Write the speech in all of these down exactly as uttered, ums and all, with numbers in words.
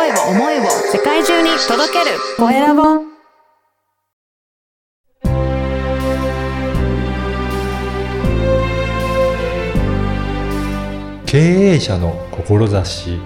声を思いを世界中に届けるコエラボ。 経営者の志。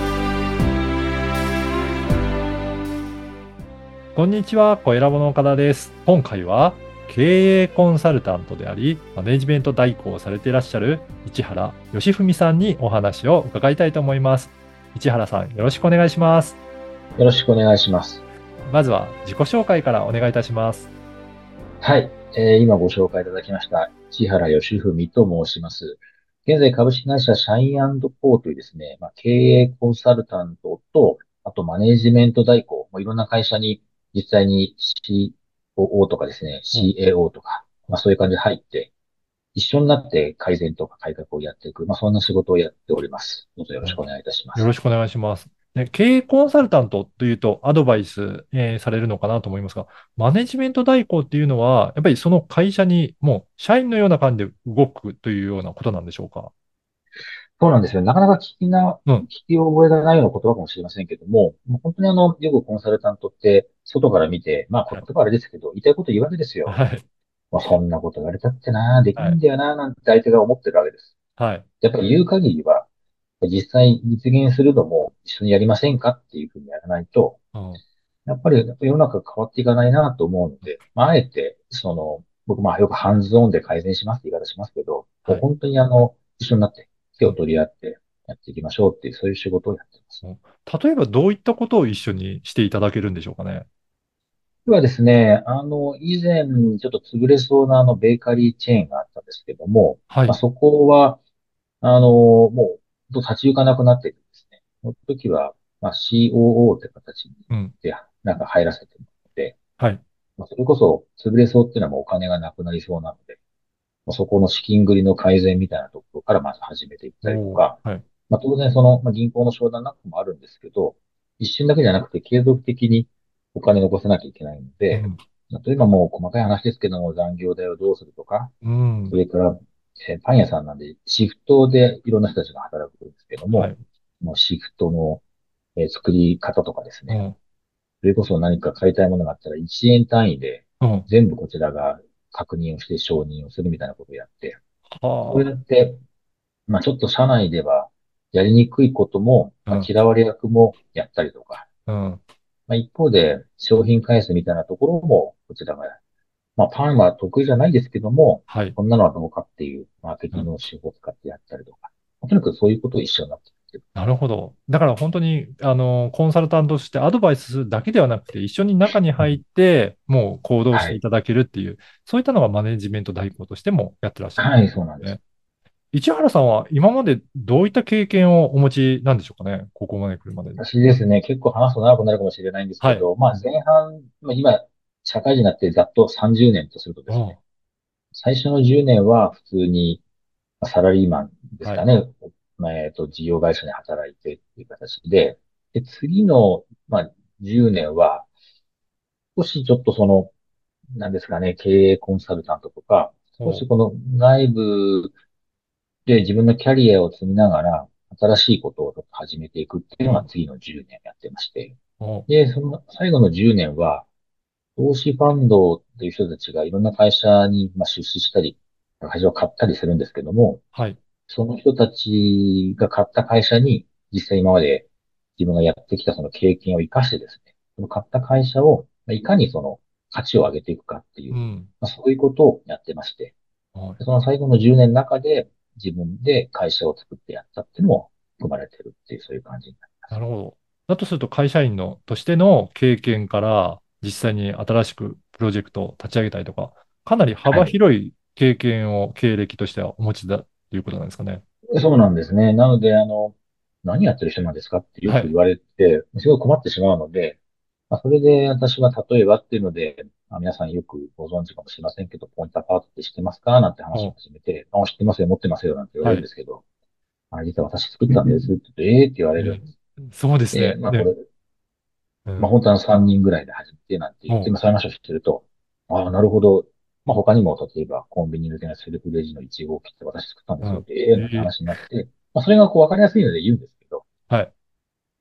こんにちは、コエラボの岡田です。今回は経営コンサルタントでありマネジメント代行をされていらっしゃる市原義文さんにお話を伺いたいと思います。市原さん、よろしくお願いします。 よろしくお願いします。 まずは自己紹介からお願いいたします。 はい、えー今ご紹介いただきました市原義文と申します。現在株式会社シャイン&コーというですね、まあ、経営コンサルタントと、あとマネジメント代行、もういろんな会社に実際に シーオーオー とかですね、 うんシーエーオー とか、まあ、そういう感じで入って、一緒になって改善とか改革をやっていく、まあ、そんな仕事をやっております。どうぞよろしくお願いいたします。 よろしくお願いします。ね、経営コンサルタントというとアドバイス、えーされるのかなと思いますが、マネジメント代行っていうのは、やっぱりその会社にもう社員のような感じで動くというようなことなんでしょうか。 そうなんですよ。なかなか聞きな、 うん。 聞き覚えがないような言葉かもしれませんけども、もう本当にあの、よくコンサルタントって外から見て、まあ言はい。 葉あれですけど、言いたいこと言うわけですよ。 はい。 まあそんなこと言われたってな、できはい。 んだよな、なんて相手が思ってるわけです。 はい。 やっぱり言う限りは、実際実現するのも一緒にやりませんかっていうふうにやらないと、 うん。 やっぱり世の中変わっていかないなと思うので、まああえて、その、僕まあよくハンズオンで改善しますって言い方しますけど、もはい。 う本当にあの、一緒になって手うんを取り合ってやっていきましょうっていう、そういう仕事をやっています。 うん。例えばどういったことを一緒にしていただけるんでしょうかね。 ではですね、あの、以前ちょっと潰れそうなあのベーカリーチェーンがあったんですけども、 はい。 まあそこは、あの、もう、立ち行かなくなっててですね、その時は、まあ シーオーオー って形うん。 で、なんか入らせてもらって、 はい。 まあ、それこそ潰れそうっていうのはもうお金がなくなりそうなので、まあそこの資金繰りの改善みたいなところからまず始めていったりとおー。 か、 はい。 まあ、当然その、まあ、銀行の商談なんかもあるんですけど、一瞬だけじゃなくて継続的にお金を残さなきゃいけないので、 うん。 例えばもう細かい話ですけども、残業代をどうするとか、 うん。 それから、えーパン屋さんなんで、シフトでいろんな人たちが働くんですけども、 はい。 もうシフトの、えー作り方とかですね、 うん。 それこそ何か買いたいものがあったらいちえん単位でうん。 全部こちらが確認をして承認をするみたいなことをやって、そうはやって、まあちょっと社内ではやりにくいことも、 あ。うん。 まあ嫌われ役もやったりとか、 うん。 まあ一方で商品開発みたいなところもこちらが、まあパンは得意じゃないですけども、 はい。 こんなのはどうかっていうマーケティングのうん。 手法を使ってやったりとか、とにかくそういうことを一緒になってやってる。 なるほど。だから本当に、あの、コンサルタントとしてアドバイスするだけではなくて、一緒に中に入っうん。 て、もう行動しはい。 ていただけるっていう、そういったのがマネジメント代行としてもやってらっしゃるんではい、そうなんです。 すね。市原さんは今までどういった経験をお持ちなんでしょうかね。ここまで来るまでに。 私ですね、結構話すと長くなるかもしれないんですはい。 けど、まあ前半、まあ今、社会人になってざっとさんじゅうねんとするとですね、 おう。 最初のじゅうねんは普通にまあサラリーマンですはい。 かね、まあ、えっと、事業会社に働いてっていう形で、で、次の、まあ、じゅうねんは、少しちょっとその、なんですかね、経営コンサルタントとか、少おう。 しこの内部で自分のキャリアを積みながら、新しいことをちょっと始めていくっていうのが次のじゅうねんやってまして、 おう。 で、その最後のじゅうねんは、投資ファンドっていう人たちがいろんな会社にまあ出資したり、会社を買ったりするんですけども、 はい。 その人たちが買った会社に、実際今まで自分がやってきたその経験を活かしてですね、その買った会社を、まあいかにその価値を上げていくかっていう、 うん。 まあ、そういうことをやってまして、 はい。 その最後のじゅうねんの中で自分で会社を作ってやったっていうのも含まれてるっていう、そういう感じになります。 なるほど。だとすると会社員のとしての経験から実際に新しくプロジェクトを立ち上げたりとか、かなりはい。 幅広い経験を経歴としてはお持ちだということなんですかね。 そうなんですね。なので、あの、何やってる人なんですかってよはい。 く言われて、すごい困ってしまうので、まあ、それで私は例えばっていうので、まあ、皆さんよくご存知かもしれませんけど、ポイントアパートって知ってますかなんて話をお、 始めて、あ、知ってますよ、持ってますよ、なんて言われはい。 るんですけど、あ、実は私作ったんですって言うと、ええーって言われるんね、 です。で、 そうですね。ね。 まあこれ、まあうん。 本当はさんにんぐらいで始めてなんて言って、 お、 まあそういう話をしてると、ああ、なるほど。まあ他にも、例えばコンビニ向けのセルフレジのいち号機って私作ったんですよっうん。 て、ええーなんてええ、 話になって、まあそれがこう分かりやすいので言うんですけど、 はい。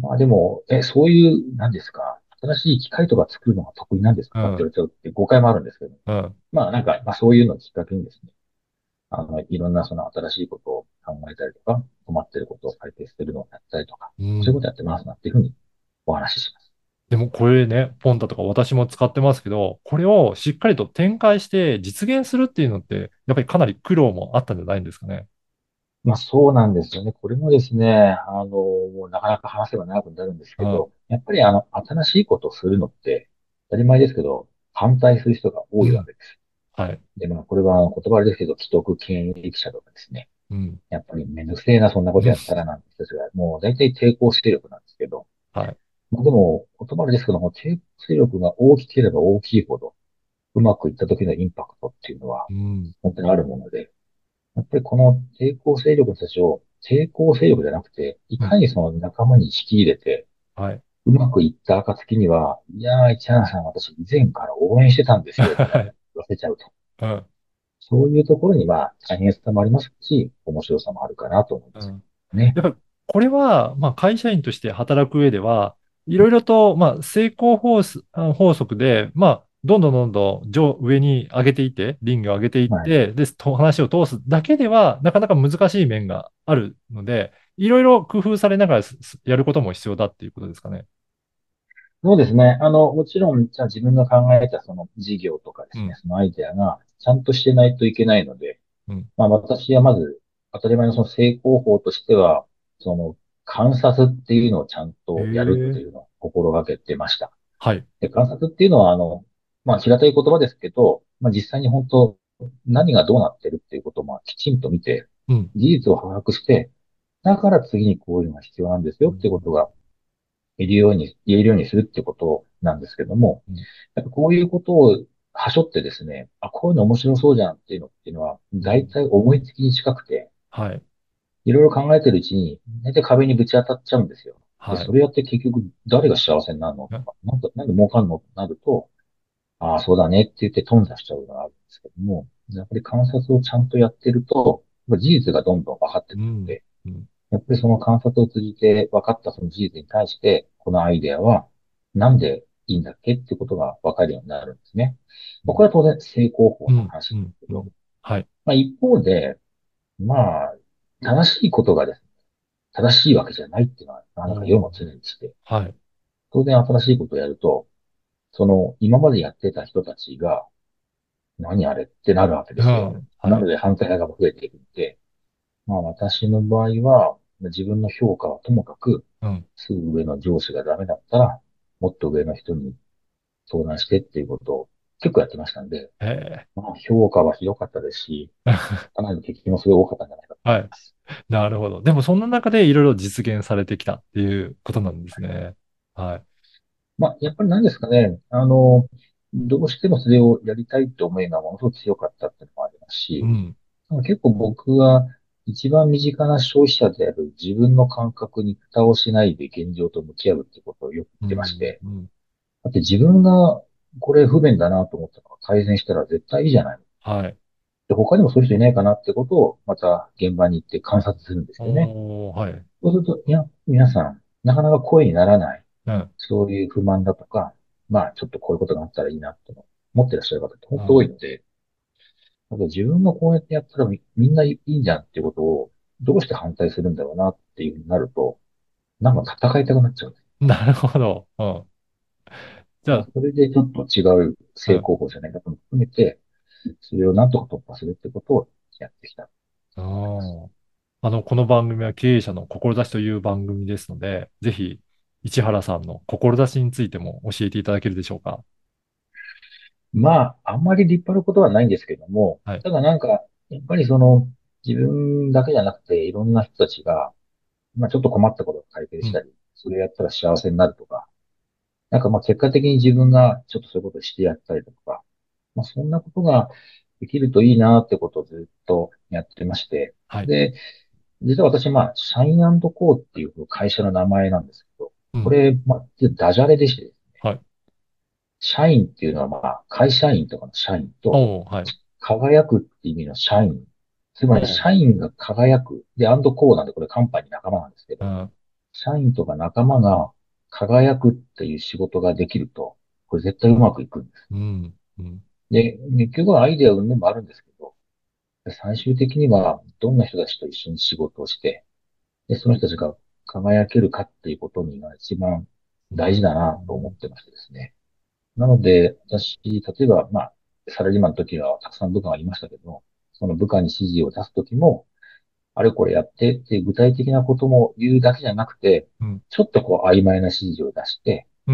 まあでも、え、そういう、何ですか、新しい機械とか作るのが得意なんですかって言わうん、 れちゃうって誤解もあるんですけど、 うん、 まあなんか、まあそういうのをきっかけにですね、あの、いろんなその新しいことを考えたりとか、困っていることを解決するのをやったりとか、 うん。 そういうことやってますなっていうふうにお話しします。 でもこれね、ポンタとか私も使ってますけど、これをしっかりと展開して実現するっていうのって、やっぱりかなり苦労もあったんじゃないんですかね。 まあそうなんですよね。これもですね、あの、もうなかなか話せば長くなるんですうん、 けど、やっぱりあの、新しいことをするのって当たり前ですけど、反対する人が多うん、 いわけです。 はい、 で、まあこれはあの言葉あれですけど、既得権益者とかですね、 うん、 やっぱりめんどくせえな、そんなこうん、 とやったらなんて人たちが、もう大体抵抗勢力なんですけど、 はい、 まあ、でも、言葉あれですけども、抵抗勢力が大きければ大きいほど、うまくいった時のインパクトっていうのは、 うん、 本当にあるもので、やっぱりこの抵抗勢力の人たちを、抵抗勢力じゃなくて、いうん、 かにその仲間に引き入れて、 はい。 うまくいった暁には、いやー、市原さん私以前から応援してたんですよ、みたいなはい。 言わせちゃうと。 うん、 そういうところには大変さもありますし、面白さもあるかなと思いますうん。 ね。 やっぱりこれは、まあ、会社員として働く上では、いろいろと、まあ、成功法則あ法則で、まあ、どんどんどんどん上、上に上げていって、倫理を上げていっはい。 て、で、と話を通すだけでは、なかなか難しい面があるので、いろいろ工夫されながらすすやることも必要だっていうことですかね。 そうですね。あの、もちろん、じゃあ自分が考えたその事業とかですね、 うん、 そのアイデアがちゃんとしてないといけないので、 うん。 まあ私はまず、当たり前のその成功法としては、その観察っていうのをちゃんへとやるってえ、 いうのを心がけてました。 はい。 で、観察っていうのは、あの、まあ平たい言葉ですけど、まあ実際に本当何がどうなってるっていうことをまあきちんと見て、 うん。 事実を把握して、だから次にこういうのが必要なんですよっていうことが言えるように、言えるようにするってことなんですけども、 うん、 やっぱこういうことをはしょってですね、あ、こういうの面白そうじゃんっていうのっていうのは、大うん、 体思いつきに近くて、 はい。 いろいろ考えてるうちに、大体壁にぶち当たっちゃうんですよ。で、 はい。 それやって結局誰が幸せになるのとか、なんで、なんで儲かんのとなると、ああ、そうだねって言って頓挫しちゃうのがあるんですけども、やっぱり観察をちゃんとやってると、やっぱ事実がどんどん分かってくうん、 るので、 うん、 やっぱりその観察を通じて分かったその事実に対して、このアイデアはなんでいいんだっけっていうことが分かるようになるんですね。まあこれは当然成功法うん、 の話うん、 なんですけど、 うん。はい。 まあ一方で、まあ、正しいことがですね、正しいわけじゃないっていうのは、なかなか世おー、 も常にして、 はい。 当然新しいことをやると、その今までやってた人たちが、何あれってなるわけですよ。 うん、はい。 なので反対派が増えていくんで、まあ私の場合は、自分の評価はともかく、 うん。 すぐ上の上司がダメだったら、もっと上の人に相談してっていうことを結構やってましたんで、 へえ。 まあ評価はひどかったですし、かなり敵もすごい多かったんじゃないかと思はい。 います。 なるほど。でも、そんな中でいろいろ実現されてきたっていうことなんですね。はい。 まあやっぱり何ですかね、あの、どうしてもそれをやりたいって思いがものすごく強かったっていうのもありますし、 うん。 結構僕は一番身近な消費者である自分の感覚に蓋をしないで現状と向き合うってことをよく言ってましうん。 て、 うん。 だって自分がこれ不便だなと思ったのが改善したら絶対いいじゃない。 はい。 で、他にもそういう人いないかなってことをまた現場に行って観察するんですよね。 おー、はい。 そうすると、いや、皆さん、なかなか声にならない、 うん。 そういう不満だとか、まあちょっとこういうことがあったらいいなって思ってらっしゃる方って本当多いうん。 ので、だから自分がこうやってやったらみ、みんないいんじゃんっていうことを、どうして反対するんだろうなっていうふうになると、なんか戦いたくなっちゃうんです。 なるほど。うん。じゃあ、 まあそれでちょっと違ううん。 成功法じゃないかとも含めて、それをなんとか突破するってことをやってきた。 あーあの、この番組は経営者の志という番組ですので、ぜひ、市原さんの志についても教えていただけるでしょうか。 まあ、あんまり立派なことはないんですけども、 はい。 ただなんか、やっぱりその、自分だけじゃなくて、いろんな人たちが、まあちょっと困ったことが解決うん。 したり、それやったら幸せになるとか、なんかまあ結果的に自分がちょっとそういうことをしてやったりとか、まあそんなことができるといいなってことをずっとやってまして、 はい。 で、実は私、まあ、シャインコーっていう会社の名前なんですけど、 うん。 これ、まあ、ダジャレでして、 はい。 社員っていうのは、まあ、会社員とかの社員と、 おー、はい。 輝くって意味の社員。つまり、 おー、 社員が輝く。で、アンドコーなんで、これカンパニー仲間なんですけど、 うん。 社員とか仲間が輝くっていう仕事ができると、これ絶対うまくいくんです。 うん。うん。 で、結局はアイデア云々もあるんですけど、最終的にはどんな人たちと一緒に仕事をして、で、その人たちが輝けるかっていうことにが一番うん。 大事だなと思ってましてですね。なので、私、例えば、まあ、サラリーマンの時はたくさん部下がいましたけど、その部下に指示を出す時も、あれこれやってっていう具体的なことも言うだけじゃなくて、 うん。 ちょっとこう曖昧な指示を出して、 うん。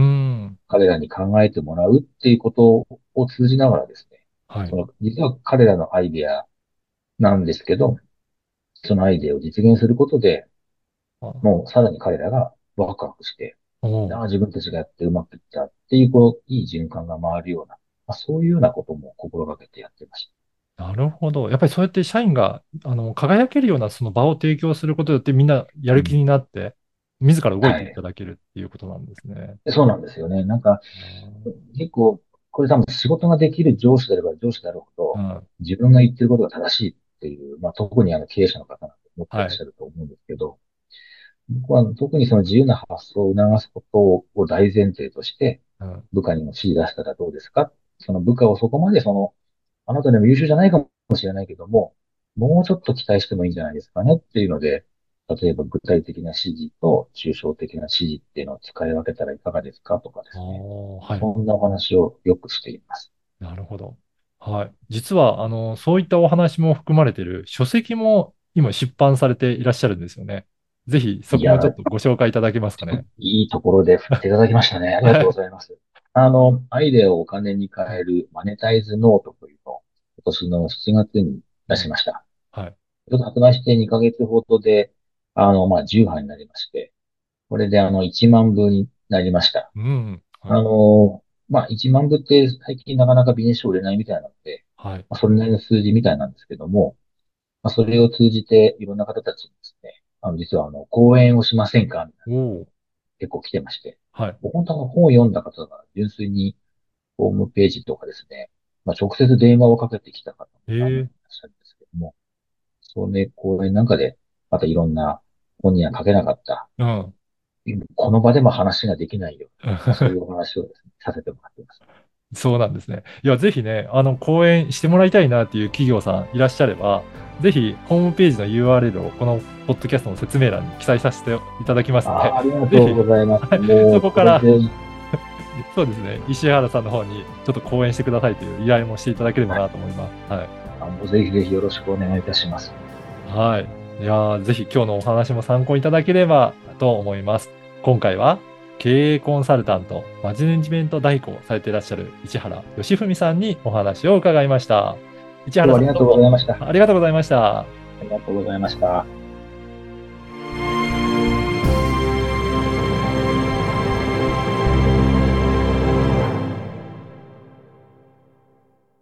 彼らに考えてもらうっていうことを通じながらですね、 はい。 その、実は彼らのアイデアなんですけど、そのアイデアを実現することで、 あ、 もうさらに彼らがワクワクして、ああ、 おー。 自分たちがやってうまくいったっていう、こう、いい循環が回るような、まあ、そういうようなことも心がけてやってましなるほど。やっぱりそうやって社員が、あの、輝けるようなその場を提供することによってみんなやた。うん。 る気になって、自ら動いていたはい。 だけるっていうことなんですね。 でそうなんですよね。なんか、結構、これ多分仕事ができる上司であれば上司であるほど、 うん。 自分が言ってることが正しいっていう、まあ、特にあの経営者の方なんて思ってらっはい。 しゃると思うんですけど、僕は特にその自由な発想を促すことを大前提として、 うん。 部下にも指示出したらどうですか？その部下をそこまでその、あなたでも優秀じゃないかもしれないけども、もうちょっと期待してもいいんじゃないですかねっていうので、例えば具体的な指示と抽象的な指示っていうのを使い分けたらいかがですかとかであすね。 あ、はい。 そんなお話をよくしています。 なるほど。はい。実は、あの、そういったお話も含まれている書籍も今出版されていらっしゃるんですよね。ぜひ、そいや、 こもちょっとご紹介いただけますかね。 いいところで振っていただきましたね。ありがとうごはい。 ざいます。あの、アイデアをお金に変えるマネタイズノートというのを今年のしちがつにうん。 出しました。 はい。 ちょっと発売してにかげつほどで、あの、まあ、じゅうはいになりまして、これであの、いちまんぶになりました。 うん。 あはい。 の、まあ、いちまんぶって最近なかなかビジネス書売れないみたいなので、 はい。 まあ、それなりの数字みたいなんですけども、まあ、それを通じていろんな方たちにですね、あの、実はあの、講演をしませんかみたいなおお。 結構来てまして、 はい。 もう本当あの本を読んだ方が純粋にホームページとかですね、まあ、直接電話をかけてきた方も何人もいらええ。 っしゃるんですけども、それ講演なんかで、またいろんな本には書けなかった、 うん。 この場でも話ができないよ。まあ、そういうお話をですね、させてもらっています。 そうなんですね。いや、ぜひね、あの、講演してもらいたいなっていう企業さんいらっしゃれば、ぜひ、ホームページの ユーアールエル をこのポッドキャストの説明欄に記載させていただきますので、 ああ、ありがぜひ、 とうございます。 はい、そもう、 こから、 これで、 そうですね、石原さんの方にちょっと講演してくださいという依頼もしていただければはい、 なと思います。はい。 あのぜひぜひよろしくお願いいたします。 はい。いやー、ぜひ今日のお話も参考いただければと思います。今回は経営コンサルタント、マネジメント代行されていらっしゃる市原義文さんにお話を伺いました。市原さん、 今日はありがとうごどうもざいました。 ありがとうございました。 ありがとうございました。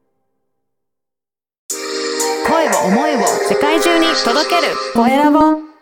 声を思いを世界中に届けるコエラボ